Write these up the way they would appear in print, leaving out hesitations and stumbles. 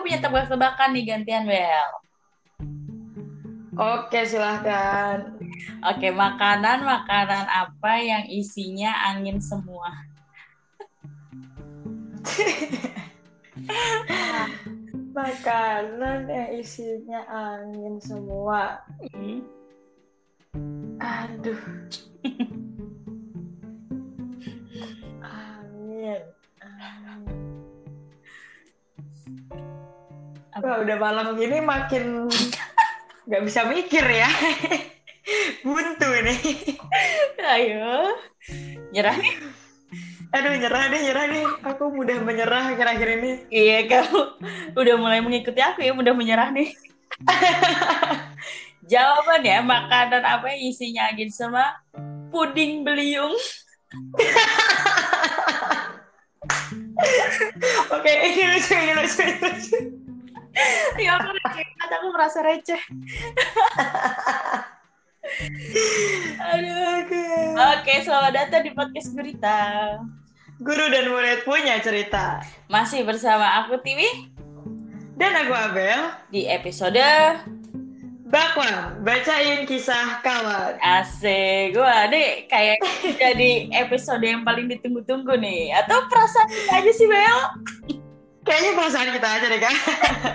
punya tebak-tebakan nih gantian Bel. Oke, silahkan. Oke, makanan apa yang isinya angin semua? Makanan yang isinya angin semua. Hmm. Aduh, angin. Wah, udah malam gini makin nggak bisa mikir ya. Buntu nih. Ayo, nyerah nih. Aduh, nyerah deh. Aku mudah menyerah akhir-akhir ini. Iya, kamu udah mulai mengikuti aku ya, mudah menyerah nih. Jawaban ya, makanan apa yang isinya angin semua? Puding beliung. Oke, ini lucu. Ya aku merasa receh. Aduh. Oke, selamat datang di podcast Gurita. Guru dan murid punya cerita. Masih bersama aku Tiwi Dan aku Abel. di episode Bakwan, bacain kisah kawan. Asik. Wah, nih kayak jadi episode yang paling ditunggu-tunggu nih. Atau perasaan kita aja sih, Bel? Kayaknya perasaan kita aja deh, Kak.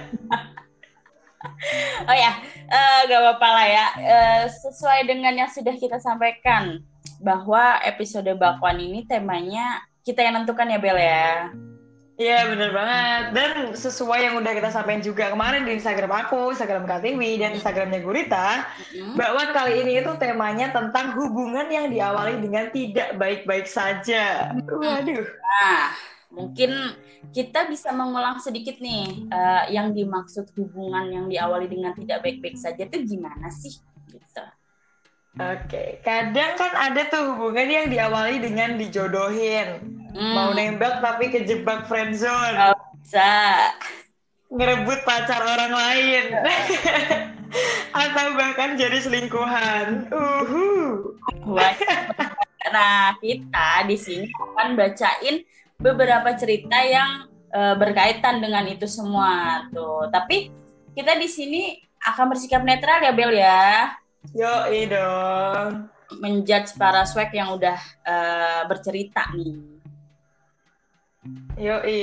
Oh ya, gak apa-apa lah ya. Sesuai dengan yang sudah kita sampaikan, bahwa episode Bakwan ini temanya kita yang nentukan ya, Bel ya. Iya, bener banget. Dan sesuai yang udah kita sampaikan juga kemarin di Instagram aku, Instagram Kartini, dan Instagramnya Gurita, bahwa kali ini itu temanya tentang hubungan yang diawali dengan tidak baik-baik saja. Waduh. Nah, mungkin kita bisa mengulang sedikit nih, yang dimaksud hubungan yang diawali dengan tidak baik-baik saja itu gimana sih? Gitu. Oke, kadang kan ada tuh hubungan yang diawali dengan dijodohin. Mau nembak tapi kejebak friendzone. Gak bisa. Ngerebut pacar orang lain. Atau bahkan jadi selingkuhan. Nah, kita di sini akan bacain beberapa cerita yang berkaitan dengan itu semua tuh. Tapi kita di sini akan bersikap netral ya, Bel ya. Yoi dong. Menjudge para swag yang udah bercerita nih. Yoi.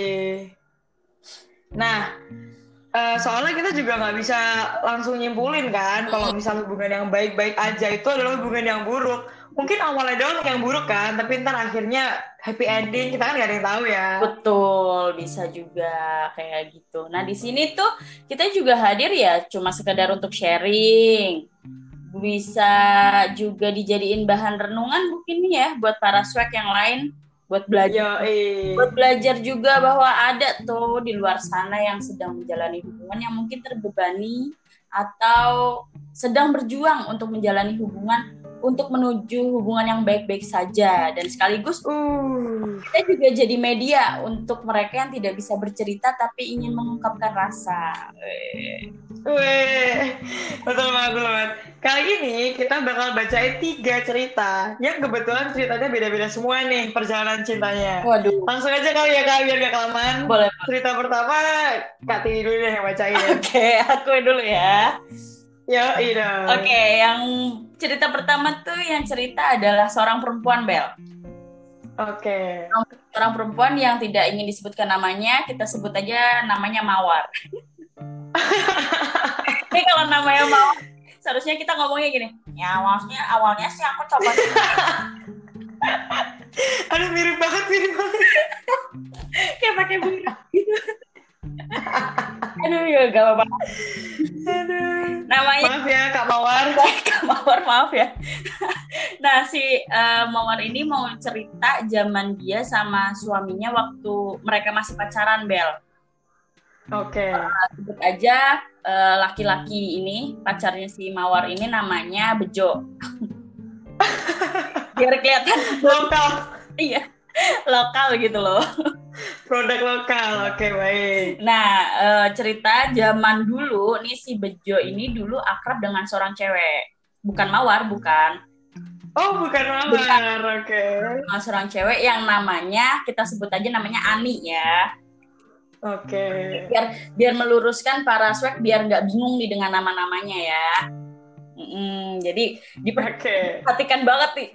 Nah, soalnya kita juga nggak bisa langsung nyimpulin kan kalau misal hubungan yang baik-baik aja itu adalah hubungan yang buruk. Mungkin awalnya doang yang buruk kan, tapi ntar akhirnya happy ending kita kan nggak ada yang tahu ya. Betul, bisa juga kayak gitu. Nah, di sini tuh kita juga hadir ya cuma sekedar untuk sharing. Bisa juga dijadiin bahan renungan mungkin nih ya buat para swag yang lain, buat belajar. Buat belajar juga bahwa ada tuh di luar sana yang sedang menjalani hubungan yang mungkin terbebani atau sedang berjuang untuk menjalani hubungan untuk menuju hubungan yang baik-baik saja, dan sekaligus kita juga jadi media untuk mereka yang tidak bisa bercerita tapi ingin mengungkapkan rasa. Betul banget. Kali ini kita bakal bacain 3 cerita yang kebetulan ceritanya beda-beda semua nih perjalanan cintanya. Waduh. Langsung aja kali ya Kak, biar gak kelamaan. Boleh. Cerita pertama Kak Tini dulu deh yang bacain. Oke, aku dulu ya. Ya, iya. Oke, yang cerita pertama tuh yang cerita adalah seorang perempuan, Bel. Oke. Seorang perempuan yang tidak ingin disebutkan namanya, kita sebut aja namanya Mawar. Tapi kalau namanya Mawar, seharusnya kita ngomongnya gini, ya awalnya sih aku coba. Aduh, mirip banget. Kayak pakai bunga gitu. Aduh, ya gak apa-apa. Aduh. Namanya maaf ya Kak Mawar. Kak Mawar, maaf ya. Nah, si Mawar ini mau cerita zaman dia sama suaminya waktu mereka masih pacaran, Bel. Oke. Sebut aja laki-laki ini, pacarnya si Mawar ini namanya Bejo. Biar kelihatan lokal. Iya, lokal gitu loh. Produk lokal, oke, baik. Nah, cerita zaman dulu nih, si Bejo ini dulu akrab dengan seorang cewek. Bukan Mawar, bukan. Oh, bukan Mawar, oke. Seorang cewek yang namanya, kita sebut aja namanya Ani ya. Oke. Biar meluruskan para swag biar nggak bingung nih dengan nama-namanya ya. Jadi diperhatikan banget nih.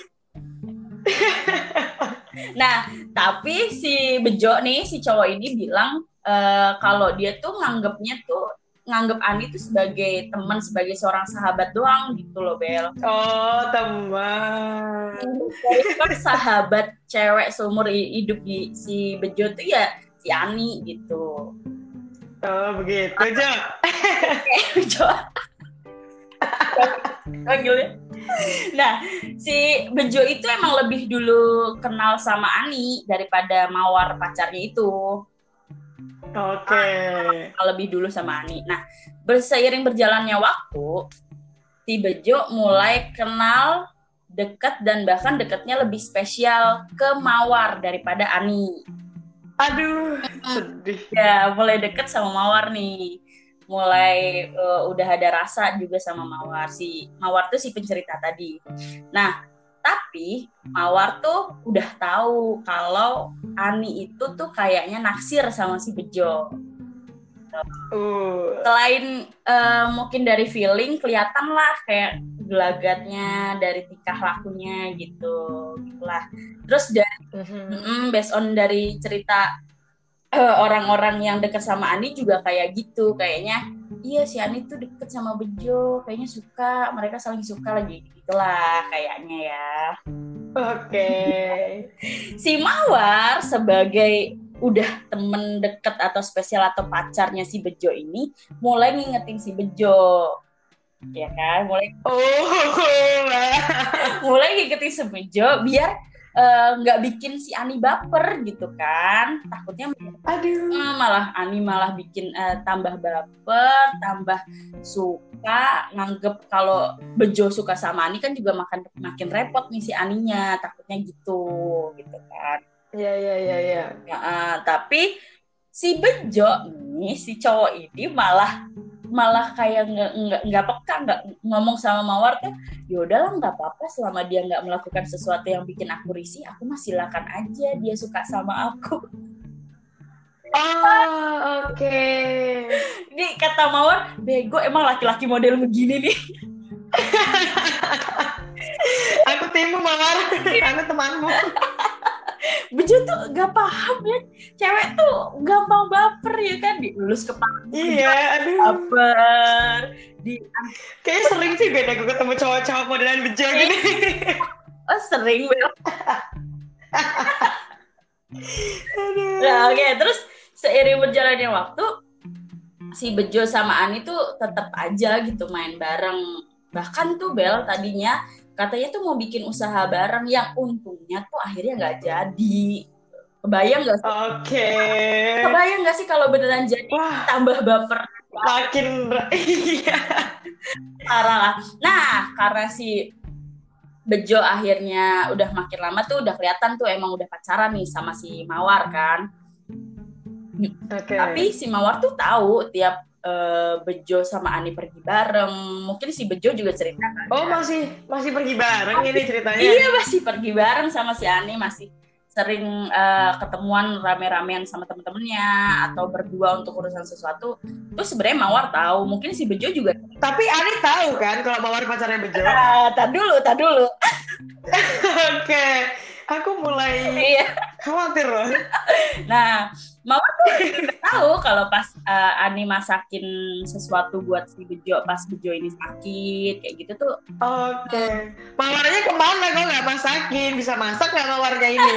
Nah, tapi si Bejo nih, si cowok ini bilang kalau dia tuh nganggep Ani tuh sebagai teman, sebagai seorang sahabat doang gitu loh, Bel. Oh, teman. Sahabat cewek seumur hidup si Bejo tuh ya si Ani gitu. Oh, begitu, Jo. Jo. Panggilnya. Nah, si Bejo itu emang lebih dulu kenal sama Ani daripada Mawar pacarnya itu. Oke. Lebih dulu sama Ani. Nah, seiring berjalannya waktu, si Bejo mulai kenal dekat dan bahkan dekatnya lebih spesial ke Mawar daripada Ani. Aduh, sedih. Ya, mulai deket sama Mawar nih. Mulai udah ada rasa juga sama Mawar. Si Mawar tuh si pencerita tadi. Nah, tapi Mawar tuh udah tahu kalau Ani itu tuh kayaknya naksir sama si Bejo. Selain mungkin dari feeling, kelihatan lah kayak gelagatnya dari tingkah lakunya gitulah. Terus dari based on dari cerita orang-orang yang dekat sama Ani juga kayak gitu, kayaknya iya si Ani tuh deket sama Bejo, kayaknya suka, mereka saling suka lagi gitulah kayaknya ya. Oke. Si Mawar sebagai udah temen deket atau spesial atau pacarnya si Bejo ini mulai ngingetin si Bejo, ya kan, mulai ngingetin si Bejo biar nggak bikin si Ani baper gitu kan, takutnya malah Ani malah bikin tambah baper, tambah suka, nganggep kalau Bejo suka sama Ani kan juga makin repot nih si Aninya, takutnya gitu kan. Iya. Tapi si Bejo nih, si cowok ini malah kayak nggak peka, nggak ngomong sama Mawar tuh, yaudahlah nggak apa-apa selama dia nggak melakukan sesuatu yang bikin aku risih, aku mah silakan aja dia suka sama aku. Oke. Ini kata Mawar, bego emang laki-laki model begini nih. Aku timmu Mawar, aku temanmu. Bejo tuh gak paham ya, cewek tuh gampang baper ya kan, dielus kepala. Iya, aduh. Baper. Kayaknya sering sih beda gue ketemu cowok-cowok modelan Bejo gini. Oh sering Bel. Nah oke, terus seiring berjalannya waktu, si Bejo sama Ani tuh tetap aja gitu main bareng. Bahkan tuh Bel tadinya katanya tuh mau bikin usaha bareng, yang untungnya tuh akhirnya nggak jadi. Kebayang nggak sih? Oke. Kebayang nggak sih kalau beneran jadi? Wah, tambah baper. Makin iya. Parah lah. Nah, karena si Bejo akhirnya udah makin lama tuh udah kelihatan tuh emang udah pacaran nih sama si Mawar kan. Okay. Tapi si Mawar tuh tahu tiap Bejo sama Ani pergi bareng. Mungkin si Bejo juga cerita kan. Oh, masih pergi bareng ini ceritanya. Iya, masih pergi bareng sama si Ani, masih sering ketemuan rame-ramean sama temen-temennya atau berdua untuk urusan sesuatu. Terus sebenarnya Mawar tahu, mungkin si Bejo juga. Tapi Ani tahu kan kalau Mawar pacarnya Bejo? Tar dulu. Oke. Aku mulai khawatir loh. Nah, Mawar tuh tahu kalau pas Ani masakin sesuatu buat si Bejo, pas Bejo ini sakit kayak gitu tuh. Oke. Mawarnya kemana kok nggak masakin? Bisa masak nggak Mawarnya ini?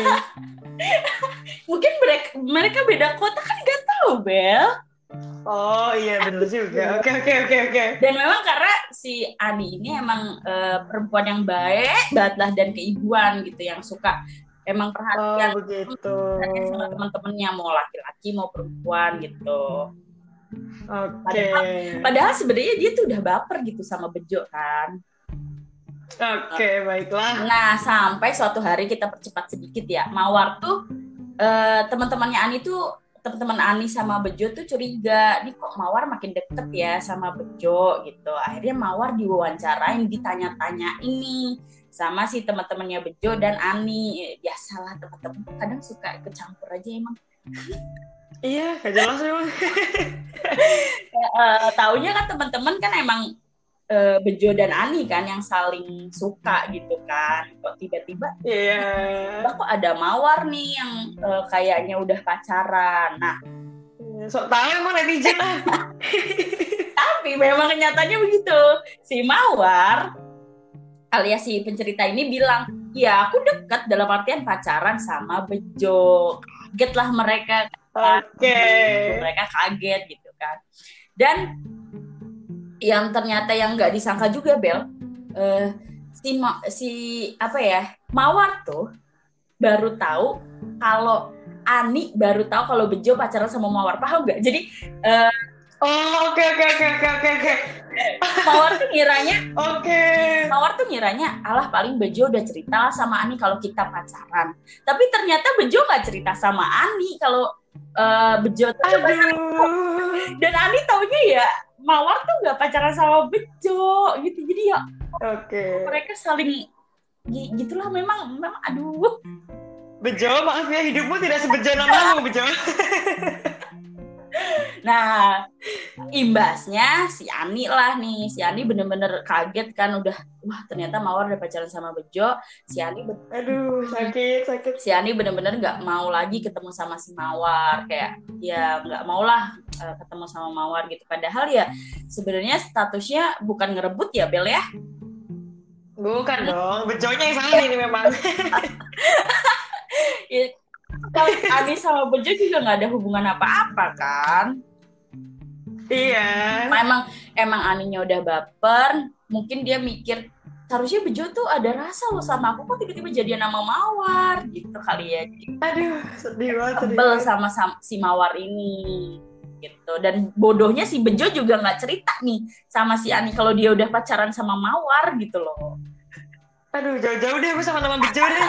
Mungkin mereka beda kota kan, nggak tahu Bel. Oh iya benar juga. Oke. Dan memang karena si Ani ini emang perempuan yang baik banget lah dan keibuan gitu, yang suka emang perhatian sama teman-temannya, mau laki-laki mau perempuan gitu. Oke. Padahal sebenarnya dia tuh udah baper gitu sama Bejo kan. Oke, baiklah. Nah, sampai suatu hari kita percepat sedikit ya. Mawar tuh teman-temannya Ani tuh, teman-teman Ani sama Bejo tuh curiga, nih kok Mawar makin deket ya sama Bejo gitu. Akhirnya Mawar diwawancarain, ditanya-tanya ini sama si teman-temannya Bejo dan Ani. Biasalah teman-teman kadang suka ikut campur aja emang. Iya, gak jelas memang. Taunya kan teman-teman kan emang Bejo dan Ani kan yang saling suka gitu kan. Kok tiba-tiba kok ada Mawar nih yang kayaknya udah pacaran. Nah, sok tahu emang netizen lah. tapi memang kenyataannya begitu. Si Mawar alias si pencerita ini bilang, ya aku dekat dalam artian pacaran sama Bejo. Kaget lah mereka. Mereka kaget gitu kan. Dan yang ternyata yang nggak disangka juga Bel, Mawar tuh baru tahu kalau Ani baru tahu kalau Bejo pacaran sama Mawar, paham nggak? Jadi oke. Mawar tuh ngiranya alah paling Bejo udah cerita lah sama Ani kalau kita pacaran, tapi ternyata Bejo nggak cerita sama Ani kalau Bejo tuh pacaran. Dan Ani taunya ya Mawar tuh nggak pacaran sama Bejo gitu. Jadi ya mereka saling gitulah. Memang aduh Bejo, maaf ya hidupmu tidak sebejo namamu Bejo. Nah, imbasnya si Ani lah nih. Si Ani bener-bener kaget kan, udah wah ternyata Mawar udah pacaran sama Bejo. Si Ani aduh sakit. Si Ani bener-bener nggak mau lagi ketemu sama si Mawar, kayak ya nggak mau lah ketemu sama Mawar gitu. Padahal ya sebenarnya statusnya bukan ngerebut ya Bel ya. Bukan dong, Bejonya yang salah ini memang. Ya, Ani sama Bejo juga nggak ada hubungan apa-apa kan. Iya. Emang Aninya udah baper, mungkin dia mikir harusnya Bejo tuh ada rasa loh sama aku, kok tiba-tiba jadian sama Mawar gitu kali ya. Aduh, sedih banget. Sebel sama si Mawar ini gitu. Dan bodohnya si Bejo juga nggak cerita nih sama si Ani kalau dia udah pacaran sama Mawar gitu loh. Aduh, jauh-jauh deh aku sama nama Bejo deh.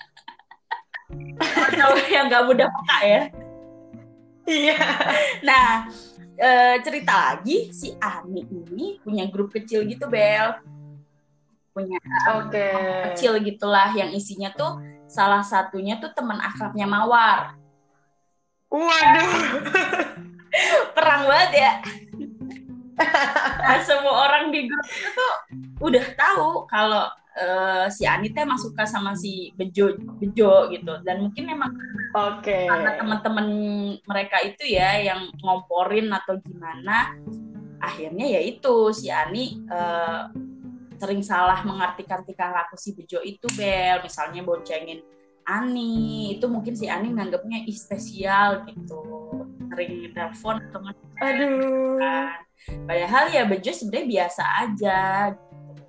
Atau yang nggak mudah peka ya. Iya. Nah, cerita lagi si Ani ini punya grup kecil gitu Bel, punya kecil gitulah yang isinya tuh salah satunya tuh teman akrabnya Mawar. Waduh, perang banget ya. Nah, semua orang di grup itu tuh udah tahu kalau si Ani teh emang suka sama si Bejo gitu. Dan mungkin emang karena teman-teman mereka itu ya yang ngomporin atau gimana, akhirnya ya itu si Ani sering salah mengartikan tingkah laku si Bejo itu Bel. Misalnya boncengin Ani, itu mungkin si Ani nganggapnya spesial gitu, sering telepon atau aduh. Padahal ya Bejo sebenarnya biasa aja gitu.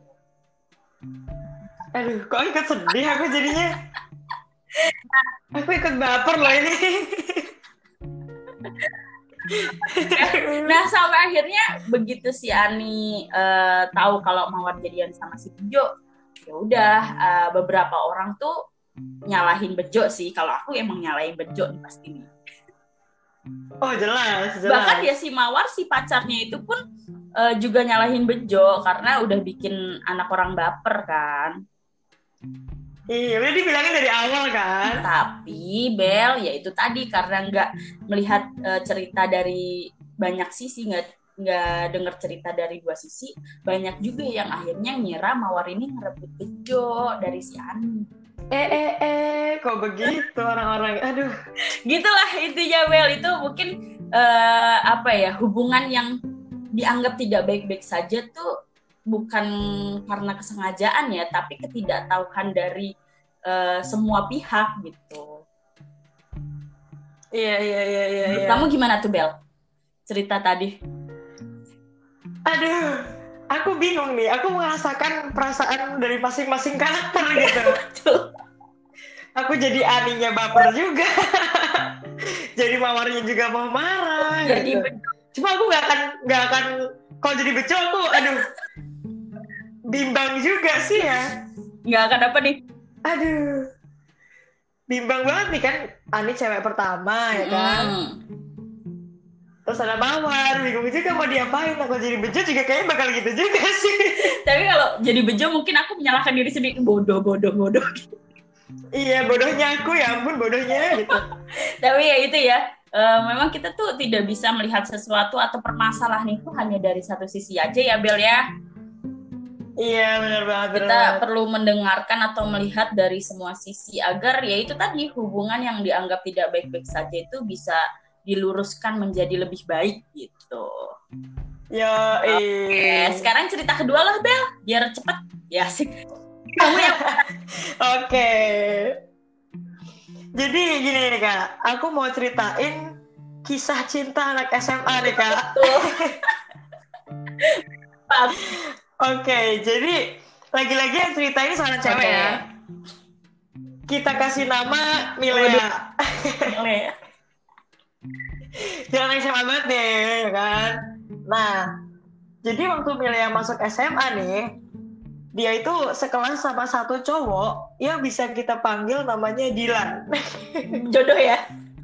Aduh, kok ikut sedih aku jadinya. Aku ikut baper loh ini. Nah sampai akhirnya begitu si Ani tahu kalau Mawar jadian sama si Bejo, ya udah beberapa orang tuh nyalahin Bejo sih. Kalau aku emang nyalahin Bejo nih pasti nih. Oh jelas. Bahkan ya si Mawar si pacarnya itu pun juga nyalahin Bejo karena udah bikin anak orang baper kan. Iya, udah dibilangin dari awal kan. Tapi Bel, ya itu tadi karena nggak melihat cerita dari banyak sisi, nggak dengar cerita dari dua sisi, banyak juga yang akhirnya ngira Mawar ini ngerebut Bejo dari si Ani. Kok begitu orang-orang? Aduh. Gitulah intinya Bel, itu mungkin hubungan yang dianggap tidak baik-baik saja tuh bukan karena kesengajaan ya, tapi ketidaktahuan dari semua pihak gitu. Iya. Kamu gimana tuh Bel? Cerita tadi. Aduh, aku bingung nih. Aku merasakan perasaan dari masing-masing karakter gitu. Aku jadi Aninya baper juga. Jadi Mawarnya juga mau marah. Jadi gitu. Cuma aku nggak akan kalau jadi Bejo aku bimbang juga sih ya. Nggak akan apa nih? Aduh, bimbang banget nih kan. Ani cewek pertama ya kan. Terus ada Mawar, bingung juga mau diapain. Kalau jadi Bejo juga kayaknya bakal gitu juga sih. Tapi kalau jadi Bejo mungkin aku menyalahkan diri sendiri, bodoh. Iya, bodohnya aku, ya ampun bodohnya gitu. Tapi ya itu ya, memang kita tuh tidak bisa melihat sesuatu atau permasalahan itu hanya dari satu sisi aja ya Bel ya. Iya benar banget. Kita perlu mendengarkan atau melihat dari semua sisi agar ya itu tadi hubungan yang dianggap tidak baik-baik saja itu bisa diluruskan menjadi lebih baik gitu. Ya, sekarang cerita kedua lah Bel, biar cepet. Ya sih. Kamu yang Oke. Jadi gini nih Kak, aku mau ceritain kisah cinta anak SMA nih Kak. Oke, jadi lagi-lagi yang cerita ini seorang cewek ya. Kita kasih nama Milea. Jangan SMA banget deh, kan? Nah, jadi waktu Milea masuk SMA nih, dia itu sekelas sama satu cowok yang bisa kita panggil namanya Dilan. Jodoh ya?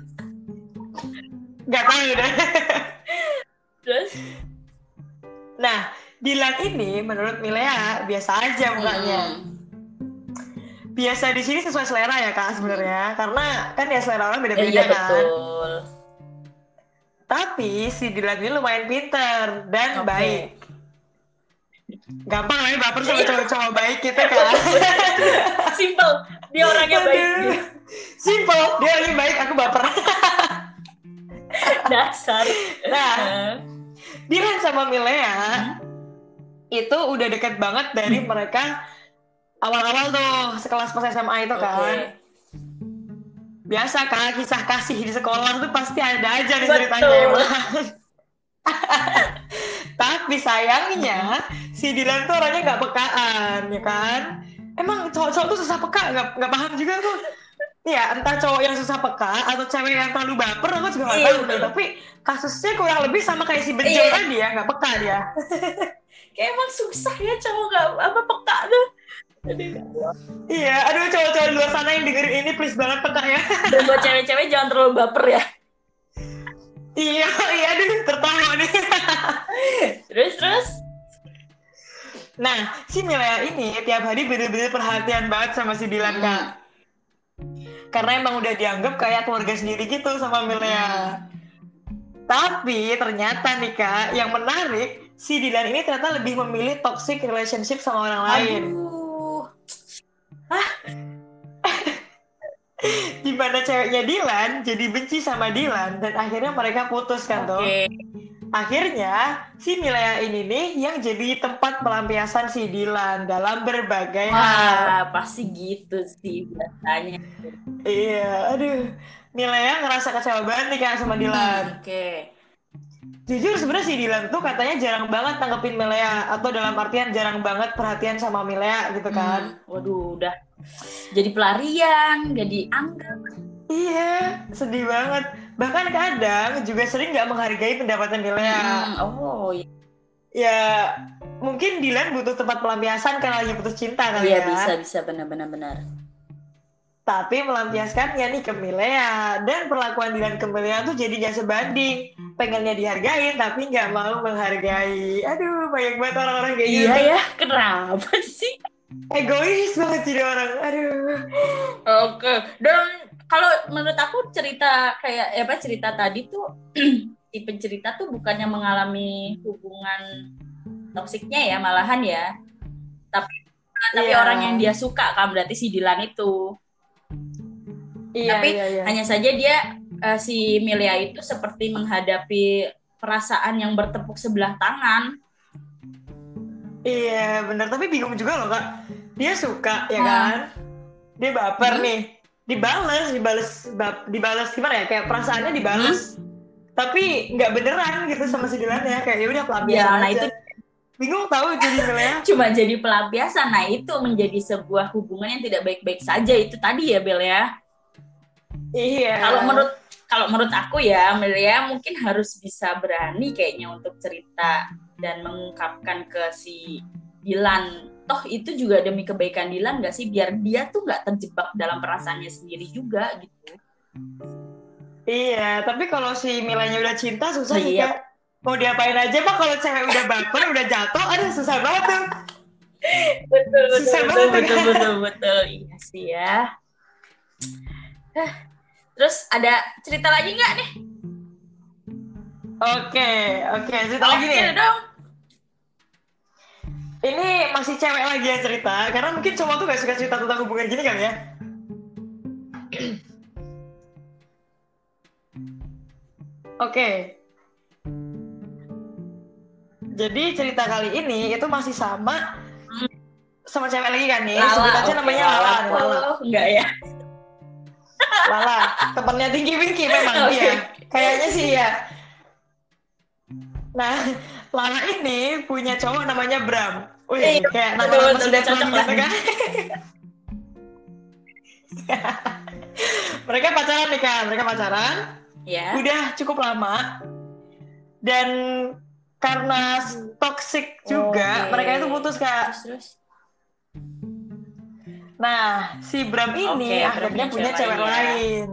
Gak tahu deh. Terus? Nah, Dilan ini menurut Milea biasa aja mukanya. Biasa di sini sesuai selera ya Kak sebenarnya, karena kan ya selera orang beda-beda iya, kan. Betul. Tapi si Dilan ini lumayan pintar dan baik. Gampang lah ya baper sama cowok-cowok baik gitu kan. Simple, dia orangnya baik. Simple, dia orangnya baik, aku baper. Dasar. Nah, Dilan sama Milea itu udah deket banget dari mereka awal-awal tuh sekelas pas SMA itu kan. Biasa kan kisah kasih di sekolah tuh pasti ada aja nih ceritanya emang. Tapi sayangnya si Dilan tuh orangnya nggak pekaan ya kan. Emang cowok-cowok tuh susah peka, nggak paham juga tuh. Ya entah cowok yang susah peka atau cewek yang terlalu baper aku juga nggak tahu nih. Tapi kasusnya kurang lebih sama kayak si Bejo tadi ya, nggak peka dia. Kayak emang susah ya cowok nggak peka tuh. Iya, aduh cowok-cowok di luar sana yang dengerin ini please banget peka ya. Dan buat cewek-cewek jangan terlalu baper ya. Iya, aduh tertawa nih. Terus. Nah, si Milea ini tiap hari bener-bener perhatian banget sama si Dilan Kak. Karena emang udah dianggap kayak keluarga sendiri gitu sama Milea. Tapi ternyata nih Kak, yang menarik si Dilan ini ternyata lebih memilih toxic relationship sama orang lain. Di mana ceweknya Dilan jadi benci sama Dilan dan akhirnya mereka putus kan tuh. Akhirnya si Milea ini nih yang jadi tempat pelampiasan si Dilan dalam berbagai hal. Pasti gitu sih biasanya. Iya, aduh. Milea ngerasa kecewa banget nih Kak sama Dilan. Jujur sebenarnya si Dilan tuh katanya jarang banget tanggepin Milea, atau dalam artian jarang banget perhatian sama Milea gitu kan. Waduh, udah jadi pelarian, jadi anggap. Iya, sedih banget. Bahkan kadang juga sering gak menghargai pendapatan Milea. Iya. Ya, mungkin Dilan butuh tempat pelampiasan karena lagi putus cinta kali ya. Iya, bisa, benar. Tapi melampiaskannya nih ke Milea. Dan perlakuan Dilan ke Milea tuh jadi gak sebanding. Pengennya dihargain tapi gak mau menghargai. Aduh, banyak banget orang-orang kayak gitu. Iya ya, kenapa sih? Egois banget jadi orang. Aduh. Oke. Dan kalau menurut aku cerita tadi tuh tipe cerita tuh bukannya mengalami hubungan toksiknya ya, malahan ya. Tapi orang yang dia suka kan berarti si Dilan itu. Tapi hanya saja dia si Milea itu seperti menghadapi perasaan yang bertepuk sebelah tangan. Iya benar, tapi bingung juga loh Kak. Dia suka ya kan, dia baper nih, dibalas gimana ya, kayak perasaannya dibalas, tapi nggak beneran gitu sama si Dilan ya, kayak ya udah pelampiasan aja. Itu bingung tahu jadi Milea. Cuma jadi pelampiasan, nah itu menjadi sebuah hubungan yang tidak baik-baik saja itu tadi ya Bel ya. Iya. Kalau menurut aku ya, Milea mungkin harus bisa berani kayaknya untuk cerita dan mengungkapkan ke si Dilan. Toh itu juga demi kebaikan Dilan nggak sih? Biar dia tuh nggak terjebak dalam perasaannya sendiri juga gitu. Iya, tapi kalau si Milanya udah cinta susah sih Kak. Mau diapain aja Pak kalau cewek udah baper, udah jatuh, aduh susah banget tuh. Betul. Iya sih ya. Terus ada cerita lagi nggak nih? Oke, cerita lagi nih. Oke dong. Ini masih cewek lagi yang cerita, karena mungkin cowok tuh gak suka cerita tentang hubungan gini kan ya. Oke. Jadi cerita kali ini itu masih sama cewek lagi kan nih. Sebut aja namanya Lala. Enggak ya? Lala, temennya Tinggi Winky memang dia. Kayaknya sih ya. Nah, Lala ini punya cowok namanya Bram. Wih, kayak nama-nama sinetron gitu kan. Mereka pacaran nih kan, Ya. Udah cukup lama. Dan karena toxic juga, mereka itu putus Kak. Terus. Nah, si Bram ini akhirnya punya cewek lain.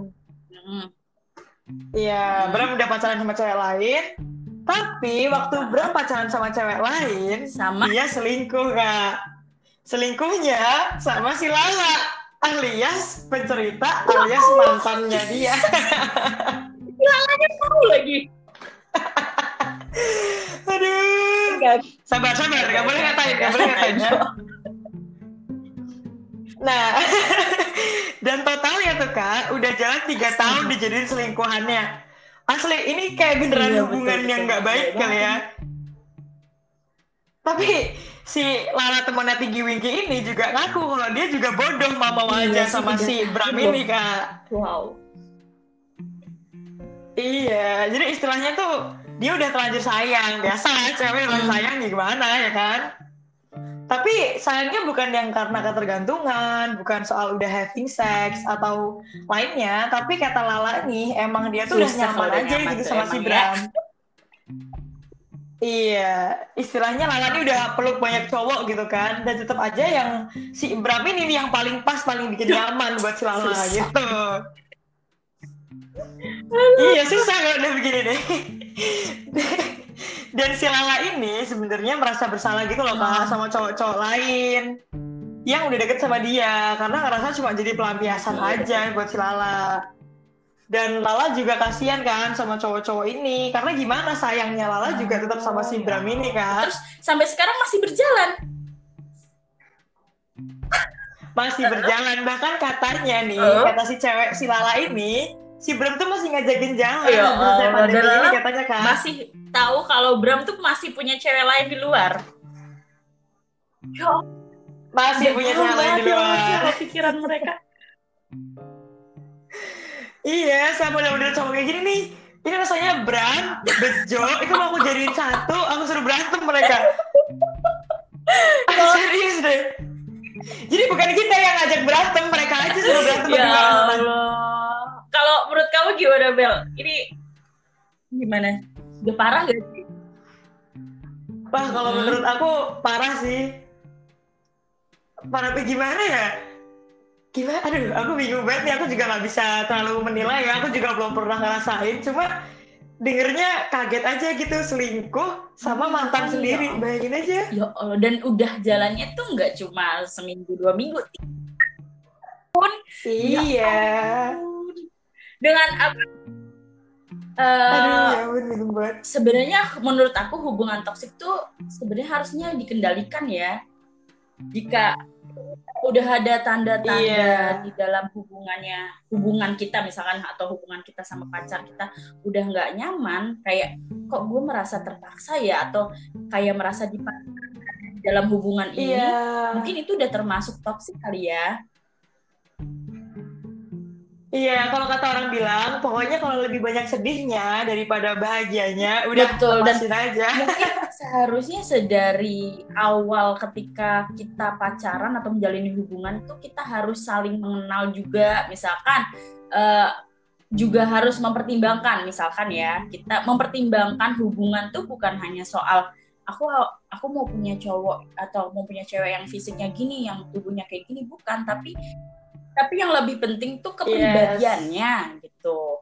Iya, Bram udah pacaran sama cewek lain. Tapi waktu Bram pacaran sama cewek lain, dia selingkuh Kak. Selingkuhnya sama si Lala, alias pencerita, alias mantannya dia. Lalanya tahu lagi. Aduh. Sabar, gak boleh ngatain. Nah, dan totalnya tuh Kak, udah jalan 3 tahun dijadiin selingkuhannya. Asli, ini kayak beneran hubungan yang gak baik kali ya. Tapi si Lala temannya Tinggi Winky ini juga ngaku kalau dia juga bodoh mau aja sama si Bram ini Kak. Wow. Iya, jadi istilahnya tuh dia udah terlanjur sayang. Biasa cewek terlanjur sayang gimana ya kan. Tapi sayangnya bukan yang karena ketergantungan, bukan soal udah having sex atau lainnya, tapi kata Lala nih emang dia tuh udah nyaman aja gitu sama si Bram. Iya, istilahnya Lala ini udah peluk banyak cowok gitu kan, dan tetap aja yang si Bram ini yang paling pas, paling bikin nyaman buat si Lala gitu. Iya, susah kalau udah begini deh. Dan si Lala ini sebenarnya merasa bersalah gitu loh Kak sama cowok-cowok lain yang udah deket sama dia, karena ngerasa cuma jadi pelampiasan aja buat si Lala. Dan Lala juga kasihan kan sama cowok-cowok ini, karena gimana sayangnya Lala juga tetap sama si Bram ini kan. Terus sampai sekarang masih berjalan. Masih berjalan, bahkan katanya nih, kata si cewek si Lala ini, si Bram tuh masih ngajakin jalan. Dan Lala katanya kan masih tahu kalau Bram tuh masih punya cewek lain di luar. Masih punya cewek lain di luar. Pikiran mereka. Iya, sama udah cowok kayak gini nih. Ini rasanya Bram, Bejo, itu mau aku jadiin satu, aku suruh berantem mereka. Serius deh. Jadi bukan kita yang ngajak berantem, mereka aja suruh berantem. Ya Allah. Kalau menurut kamu gimana Bel? Ini gimana? Udah parah gak sih? Wah, kalau menurut aku parah sih. Parah tapi gimana ya? Gimana? Aduh, aku bingung banget nih. Aku juga gak bisa terlalu menilai ya. Aku juga belum pernah ngerasain. Cuma dengernya kaget aja gitu. Selingkuh sama mantan sendiri. Bayangin aja. Ya Allah. Dan udah jalannya tuh gak cuma seminggu 2 minggu. Iya. Ya, dengan apa? Sebenarnya menurut aku hubungan toksik tuh sebenarnya harusnya dikendalikan ya. Jika udah ada tanda-tanda di dalam hubungan kita misalkan, atau hubungan kita sama pacar kita udah nggak nyaman, kayak kok gue merasa terpaksa ya, atau kayak merasa dipaksa dalam hubungan ini, mungkin itu udah termasuk toksik kali ya. Iya, kalau kata orang bilang, pokoknya kalau lebih banyak sedihnya daripada bahagianya, udah lepasin aja. Mungkin seharusnya sedari awal ketika kita pacaran atau menjalin hubungan tuh kita harus saling mengenal juga. Misalkan juga harus mempertimbangkan, misalkan ya, kita mempertimbangkan hubungan tuh bukan hanya soal aku mau punya cowok atau mau punya cewek yang fisiknya gini, yang tubuhnya kayak gini, bukan, tapi yang lebih penting tuh kepribadiannya gitu.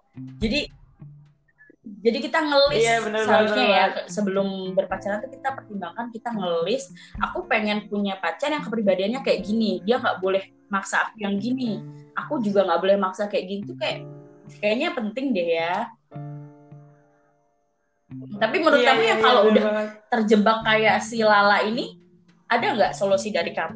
Jadi kita ngelis seharusnya ya, sebelum berpacaran tuh kita pertimbangkan, kita ngelis, aku pengen punya pacar yang kepribadiannya kayak gini, dia nggak boleh maksa aku yang gini, aku juga nggak boleh maksa kayak gini. Tuh kayak Kayaknya penting deh ya. Tapi menurut kamu ya kalau udah terjebak kayak si Lala ini, ada nggak solusi dari kamu?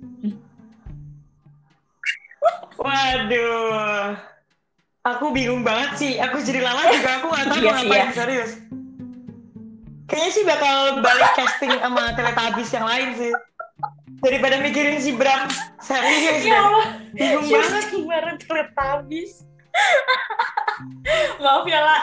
Waduh, aku bingung banget sih. Aku jadi Lala juga aku nggak tahu ngapain, serius. Kayaknya sih bakal balik casting sama Teletubbies yang lain sih. Daripada mikirin si Bram, serius deh. Bingung banget. Bareng Teletubbies. Maaf ya lah.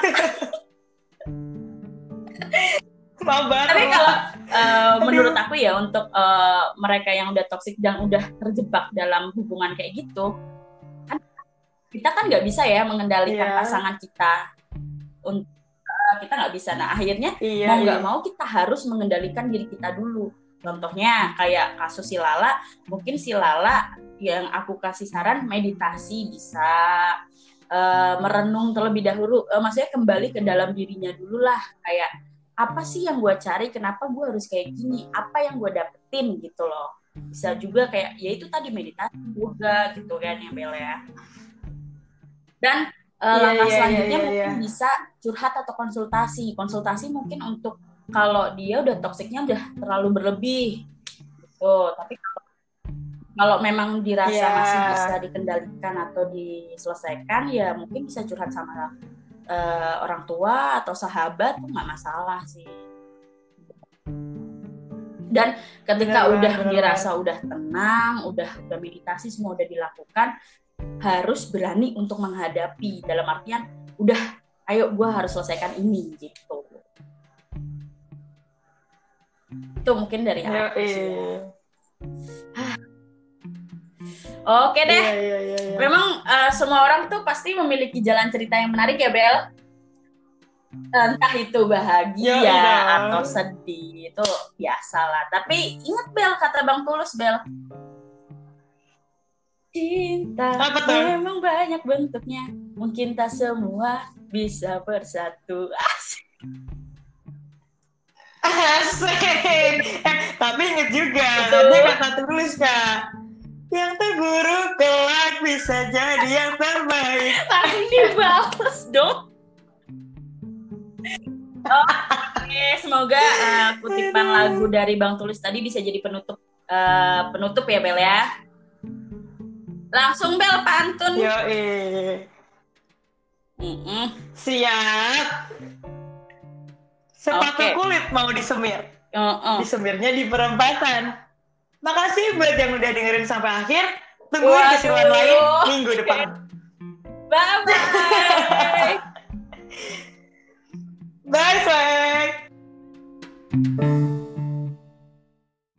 Tapi kalau menurut aku ya untuk mereka yang udah toksik dan udah terjebak dalam hubungan kayak gitu, kita kan nggak bisa ya mengendalikan pasangan kita. Kita nggak bisa. Nah akhirnya mau nggak mau kita harus mengendalikan diri kita dulu. Contohnya kayak kasus si Lala, mungkin si Lala yang aku kasih saran meditasi bisa, merenung terlebih dahulu, maksudnya kembali ke dalam dirinya dulu lah, kayak apa sih yang gue cari, kenapa gue harus kayak gini, apa yang gue dapetin gitu loh. Bisa juga kayak ya itu tadi meditasi juga gitu kan ya Bel ya. Dan langkah selanjutnya mungkin bisa curhat atau konsultasi mungkin untuk kalau dia udah toksiknya udah terlalu berlebih gitu. Tapi kalau memang dirasa masih bisa dikendalikan atau diselesaikan, ya mungkin bisa curhat sama orang tua atau sahabat, tuh nggak masalah sih. Dan ketika dirasa udah tenang, udah meditasi, semua udah dilakukan, harus berani untuk menghadapi, dalam artian udah ayo gue harus selesaikan ini gitu. Itu mungkin dari aku sih. Oke deh. Memang semua orang tuh pasti memiliki jalan cerita yang menarik ya Bel. Entah itu bahagia atau sedih, itu biasalah. Tapi ingat Bel, kata Bang Tulus Bel. Cinta memang banyak bentuknya, mungkin tak semua bisa bersatu. Asik. Tapi inget juga, ada kata Tulus Kak. Yang terburuk kelak bisa jadi yang terbaik. Ini balas dong. Oke, semoga kutipan lagu dari Bang Tulus tadi bisa jadi penutup ya Bel ya. Langsung Bel pantun. Siap. Sepatu kulit mau disemir. Disemirnya di perempatan. Makasih buat yang udah dengerin sampai akhir. Tungguin keseruan lain minggu depan. Bye-bye. Bye, Swag.